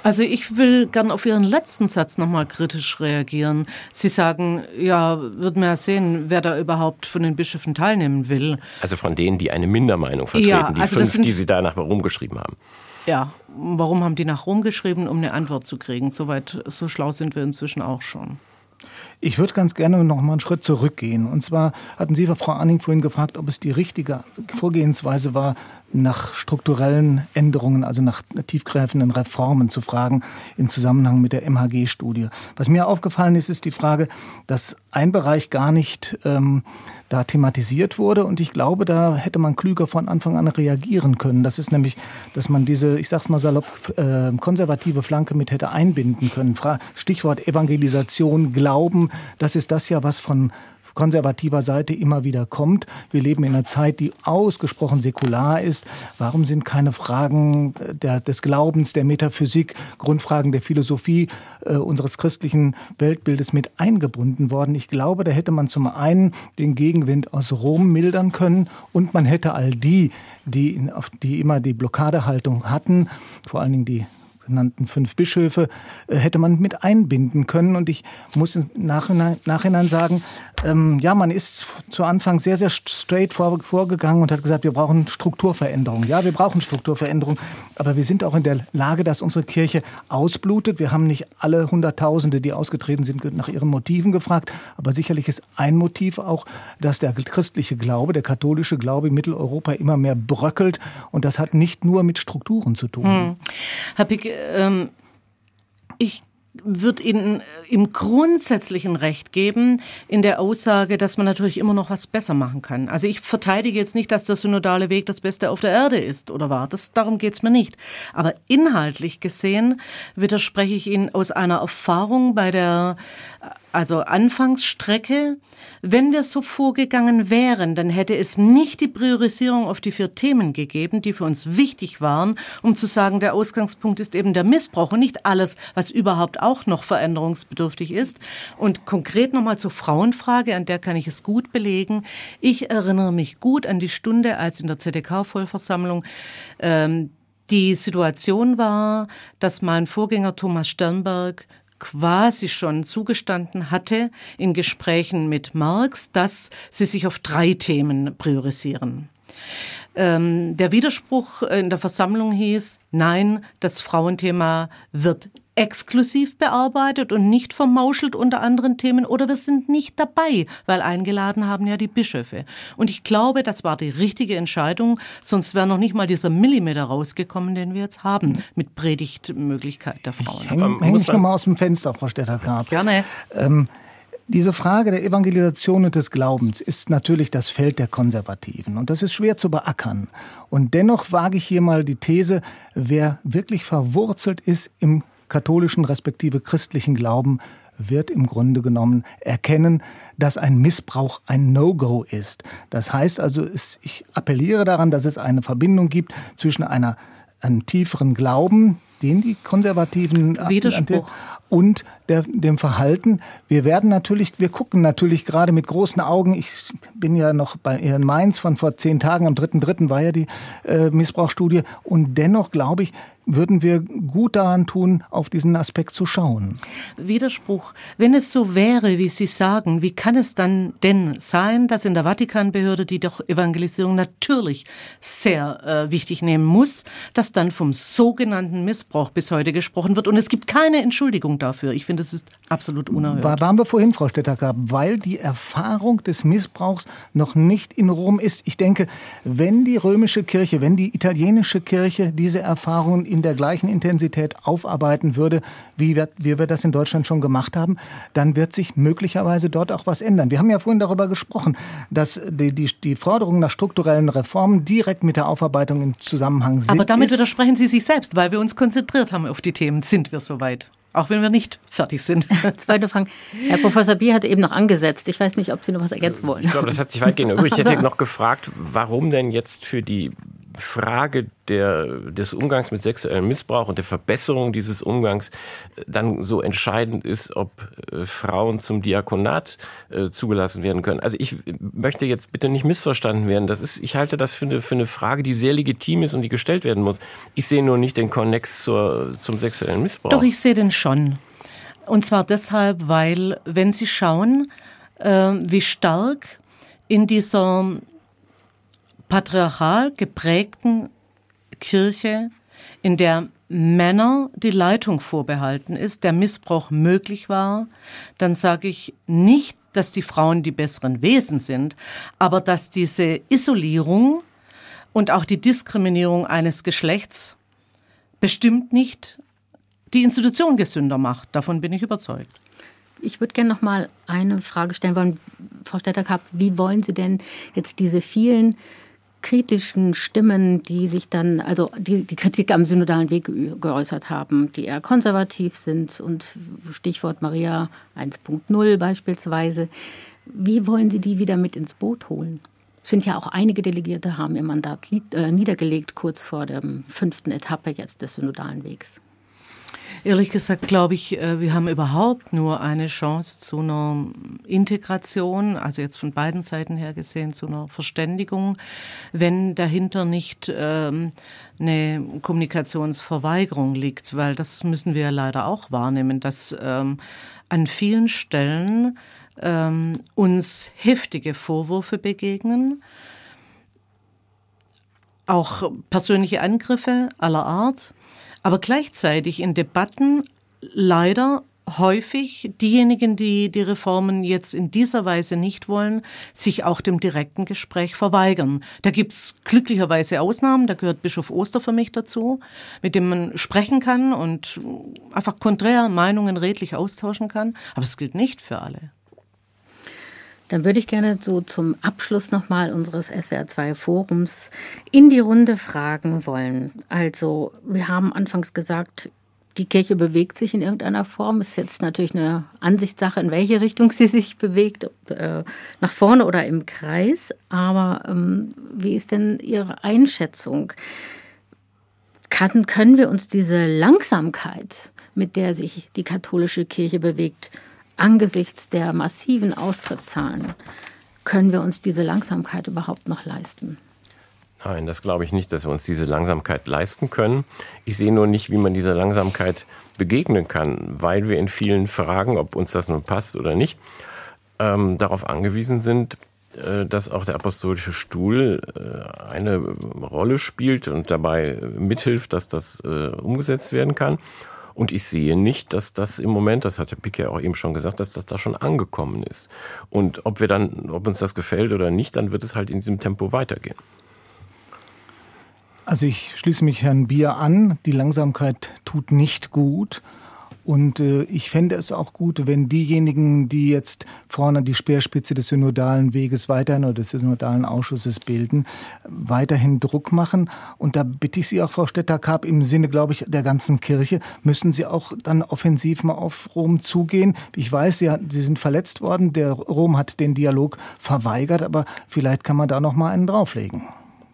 Also ich will gern auf Ihren letzten Satz nochmal kritisch reagieren. Sie sagen, ja, wird man ja sehen, wer da überhaupt von den Bischöfen teilnehmen will. Also von denen, die eine Mindermeinung vertreten, ja, die also 5, die Sie da nach Rom geschrieben haben. Ja, warum haben die nach Rom geschrieben, um eine Antwort zu kriegen? So schlau sind wir inzwischen auch schon. Ich würde ganz gerne noch mal einen Schritt zurückgehen. Und zwar hatten Sie, Frau Arning, vorhin gefragt, ob es die richtige Vorgehensweise war, nach strukturellen Änderungen, also nach tiefgreifenden Reformen zu fragen im Zusammenhang mit der MHG-Studie. Was mir aufgefallen ist, ist die Frage, dass ein Bereich gar nicht da thematisiert wurde. Und ich glaube, da hätte man klüger von Anfang an reagieren können. Das ist nämlich, dass man diese, ich sag's mal salopp, konservative Flanke mit hätte einbinden können. Stichwort Evangelisation, Glauben, das ist das ja, was von konservativer Seite immer wieder kommt. Wir leben in einer Zeit, die ausgesprochen säkular ist. Warum sind keine Fragen des Glaubens, der Metaphysik, Grundfragen der Philosophie unseres christlichen Weltbildes mit eingebunden worden? Ich glaube, da hätte man zum einen den Gegenwind aus Rom mildern können und man hätte all die immer die Blockadehaltung hatten, vor allen Dingen die genannten 5 Bischöfe, hätte man mit einbinden können. Und ich muss im Nachhinein sagen, man ist zu Anfang sehr, sehr straight vorgegangen und hat gesagt, wir brauchen Strukturveränderung. Ja, wir brauchen Strukturveränderung, aber wir sind auch in der Lage, dass unsere Kirche ausblutet. Wir haben nicht alle Hunderttausende, die ausgetreten sind, nach ihren Motiven gefragt, aber sicherlich ist ein Motiv auch, dass der christliche Glaube, der katholische Glaube in Mitteleuropa immer mehr bröckelt und das hat nicht nur mit Strukturen zu tun. Herr Pick, ich würde Ihnen im Grundsätzlichen Recht geben in der Aussage, dass man natürlich immer noch was besser machen kann. Also ich verteidige jetzt nicht, dass der synodale Weg das Beste auf der Erde ist oder war. Darum geht's mir nicht. Aber inhaltlich gesehen widerspreche ich Ihnen aus einer Erfahrung bei der Anfangsstrecke. Wenn wir so vorgegangen wären, dann hätte es nicht die Priorisierung auf die 4 Themen gegeben, die für uns wichtig waren, um zu sagen, der Ausgangspunkt ist eben der Missbrauch und nicht alles, was überhaupt auch noch veränderungsbedürftig ist. Und konkret nochmal zur Frauenfrage, an der kann ich es gut belegen. Ich erinnere mich gut an die Stunde, als in der ZDK-Vollversammlung die Situation war, dass mein Vorgänger Thomas Sternberg quasi schon zugestanden hatte in Gesprächen mit Marx, dass sie sich auf 3 Themen priorisieren. Der Widerspruch in der Versammlung hieß, nein, das Frauenthema wird exklusiv bearbeitet und nicht vermauschelt unter anderen Themen oder wir sind nicht dabei, weil eingeladen haben ja die Bischöfe. Und ich glaube, das war die richtige Entscheidung, sonst wäre noch nicht mal dieser Millimeter rausgekommen, den wir jetzt haben mit Predigtmöglichkeit der Frauen. Häng ich noch mal aus dem Fenster, Frau Stetter-Karp. Gerne. Diese Frage der Evangelisation und des Glaubens ist natürlich das Feld der Konservativen. Und das ist schwer zu beackern. Und dennoch wage ich hier mal die These, wer wirklich verwurzelt ist im katholischen respektive christlichen Glauben, wird im Grunde genommen erkennen, dass ein Missbrauch ein No-Go ist. Das heißt also, ich appelliere daran, dass es eine Verbindung gibt zwischen einem tieferen Glauben, den die Konservativen Widerspruch und dem Verhalten. Wir gucken natürlich gerade mit großen Augen. Ich bin ja noch in Mainz von vor 10 Tagen, am 3.3. war ja die Missbrauchsstudie. Und dennoch, glaube ich, würden wir gut daran tun, auf diesen Aspekt zu schauen. Widerspruch. Wenn es so wäre, wie Sie sagen, wie kann es dann denn sein, dass in der Vatikanbehörde, die doch Evangelisierung natürlich sehr wichtig nehmen muss, dass dann vom sogenannten Missbrauch bis heute gesprochen wird und es gibt keine Entschuldigung dafür. Ich finde, das ist absolut unerhört. Waren wir vorhin, Frau Stetter-Karp, weil die Erfahrung des Missbrauchs noch nicht in Rom ist. Ich denke, wenn die römische Kirche, wenn die italienische Kirche diese Erfahrungen in der gleichen Intensität aufarbeiten würde, wie wir das in Deutschland schon gemacht haben, dann wird sich möglicherweise dort auch was ändern. Wir haben ja vorhin darüber gesprochen, dass die Forderung nach strukturellen Reformen direkt mit der Aufarbeitung im Zusammenhang sind. Aber damit widersprechen Sie sich selbst, weil wir uns konzentriert haben auf die Themen, sind wir soweit. Auch wenn wir nicht fertig sind. Zweite Frage. Herr Professor Bier hat eben noch angesetzt. Ich weiß nicht, ob Sie noch was ergänzen wollen. Ich glaube, das hat sich weitgehend übrig. Ich hätte noch gefragt, warum denn jetzt für die Frage des Umgangs mit sexuellem Missbrauch und der Verbesserung dieses Umgangs dann so entscheidend ist, ob Frauen zum Diakonat zugelassen werden können. Also ich möchte jetzt bitte nicht missverstanden werden. Ich halte das für eine Frage, die sehr legitim ist und die gestellt werden muss. Ich sehe nur nicht den Konnex zum sexuellen Missbrauch. Doch, ich sehe den schon. Und zwar deshalb, weil, wenn Sie schauen, wie stark in dieser patriarchal geprägten Kirche, in der Männer die Leitung vorbehalten ist, der Missbrauch möglich war, dann sage ich nicht, dass die Frauen die besseren Wesen sind, aber dass diese Isolierung und auch die Diskriminierung eines Geschlechts bestimmt nicht die Institution gesünder macht. Davon bin ich überzeugt. Ich würde gerne noch mal eine Frage stellen wollen, Frau Stetter-Karp. Wie wollen Sie denn jetzt diese vielen kritischen Stimmen, die sich dann, also die Kritik am synodalen Weg geäußert haben, die eher konservativ sind und Stichwort Maria 1.0 beispielsweise, wie wollen Sie die wieder mit ins Boot holen? Es sind ja auch einige Delegierte, haben ihr Mandat niedergelegt, kurz vor der 5. Etappe jetzt des synodalen Wegs. Ehrlich gesagt glaube ich, wir haben überhaupt nur eine Chance zu einer Integration, also jetzt von beiden Seiten her gesehen, zu einer Verständigung, wenn dahinter nicht eine Kommunikationsverweigerung liegt, weil das müssen wir leider auch wahrnehmen, dass an vielen Stellen uns heftige Vorwürfe begegnen, auch persönliche Angriffe aller Art, aber gleichzeitig in Debatten leider häufig diejenigen, die die Reformen jetzt in dieser Weise nicht wollen, sich auch dem direkten Gespräch verweigern. Da gibt's glücklicherweise Ausnahmen, da gehört Bischof Oster für mich dazu, mit dem man sprechen kann und einfach konträr Meinungen redlich austauschen kann, aber es gilt nicht für alle. Dann würde ich gerne so zum Abschluss nochmal unseres SWR2-Forums in die Runde fragen wollen. Also wir haben anfangs gesagt, die Kirche bewegt sich in irgendeiner Form. Es ist jetzt natürlich eine Ansichtssache, in welche Richtung sie sich bewegt, nach vorne oder im Kreis. Aber wie ist denn Ihre Einschätzung? Können wir uns diese Langsamkeit, mit der sich die katholische Kirche bewegt, angesichts der massiven Austrittszahlen, können wir uns diese Langsamkeit überhaupt noch leisten? Nein, das glaube ich nicht, dass wir uns diese Langsamkeit leisten können. Ich sehe nur nicht, wie man dieser Langsamkeit begegnen kann, weil wir in vielen Fragen, ob uns das nun passt oder nicht, darauf angewiesen sind, dass auch der apostolische Stuhl eine Rolle spielt und dabei mithilft, dass das umgesetzt werden kann. Und ich sehe nicht, dass das im Moment, das hat Herr Pick ja auch eben schon gesagt, dass das da schon angekommen ist. Und ob uns das gefällt oder nicht, dann wird es halt in diesem Tempo weitergehen. Also ich schließe mich Herrn Bier an. Die Langsamkeit tut nicht gut. Und ich fände es auch gut, wenn diejenigen, die jetzt vorne die Speerspitze des synodalen Weges weiterhin oder des synodalen Ausschusses bilden, weiterhin Druck machen. Und da bitte ich Sie auch, Frau Stetter-Karp, im Sinne, glaube ich, der ganzen Kirche, müssen Sie auch dann offensiv mal auf Rom zugehen. Ich weiß, Sie sind verletzt worden. Der Rom hat den Dialog verweigert, aber vielleicht kann man da noch mal einen drauflegen.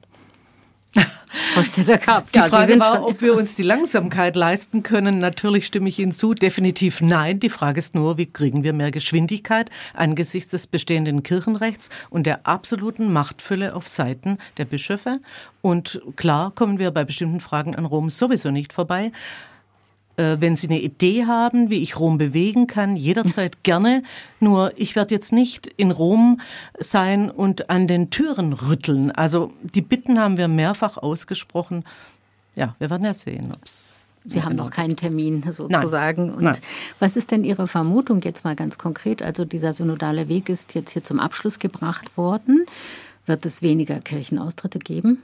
Frau Stetter-Karp, die Frage war, ob wir uns die Langsamkeit leisten können. Natürlich stimme ich Ihnen zu. Definitiv nein. Die Frage ist nur, wie kriegen wir mehr Geschwindigkeit angesichts des bestehenden Kirchenrechts und der absoluten Machtfülle auf Seiten der Bischöfe. Und klar kommen wir bei bestimmten Fragen an Rom sowieso nicht vorbei. Wenn Sie eine Idee haben, wie ich Rom bewegen kann, jederzeit gerne. Nur ich werde jetzt nicht in Rom sein und an den Türen rütteln. Also die Bitten haben wir mehrfach ausgesprochen. Ja, wir werden ja sehen, ob es... Sie haben noch keinen Termin sozusagen. Nein. Und Nein. Was ist denn Ihre Vermutung jetzt mal ganz konkret? Also dieser synodale Weg ist jetzt hier zum Abschluss gebracht worden. Wird es weniger Kirchenaustritte geben?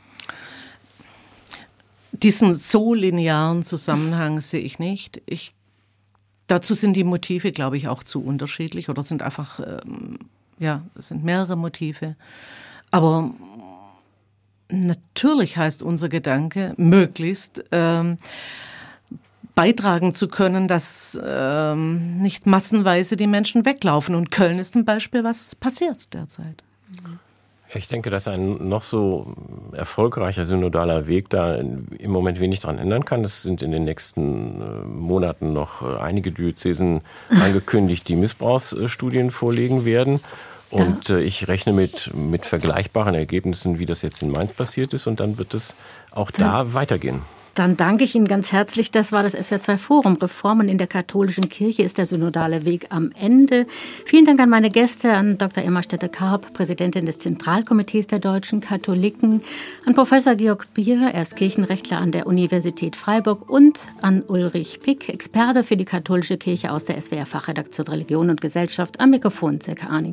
Diesen so linearen Zusammenhang sehe ich nicht. Dazu sind die Motive, glaube ich, auch zu unterschiedlich oder sind einfach, es sind mehrere Motive. Aber natürlich heißt unser Gedanke, möglichst beitragen zu können, dass nicht massenweise die Menschen weglaufen. Und Köln ist ein Beispiel, was passiert derzeit. Ich denke, dass ein noch so erfolgreicher synodaler Weg da im Moment wenig dran ändern kann. Es sind in den nächsten Monaten noch einige Diözesen angekündigt, die Missbrauchsstudien vorlegen werden. Und ich rechne mit vergleichbaren Ergebnissen, wie das jetzt in Mainz passiert ist. Und dann wird es auch da weitergehen. Dann danke ich Ihnen ganz herzlich. Das war das SWR2 Forum. Reformen in der katholischen Kirche, ist der synodale Weg am Ende. Vielen Dank an meine Gäste, an Dr. Irma Stette-Karp, Präsidentin des Zentralkomitees der deutschen Katholiken, an Professor Georg Bier, er ist Kirchenrechtler an der Universität Freiburg, und an Ulrich Pick, Experte für die katholische Kirche aus der SWR-Fachredaktion Religion und Gesellschaft, am Mikrofon Silke Arning.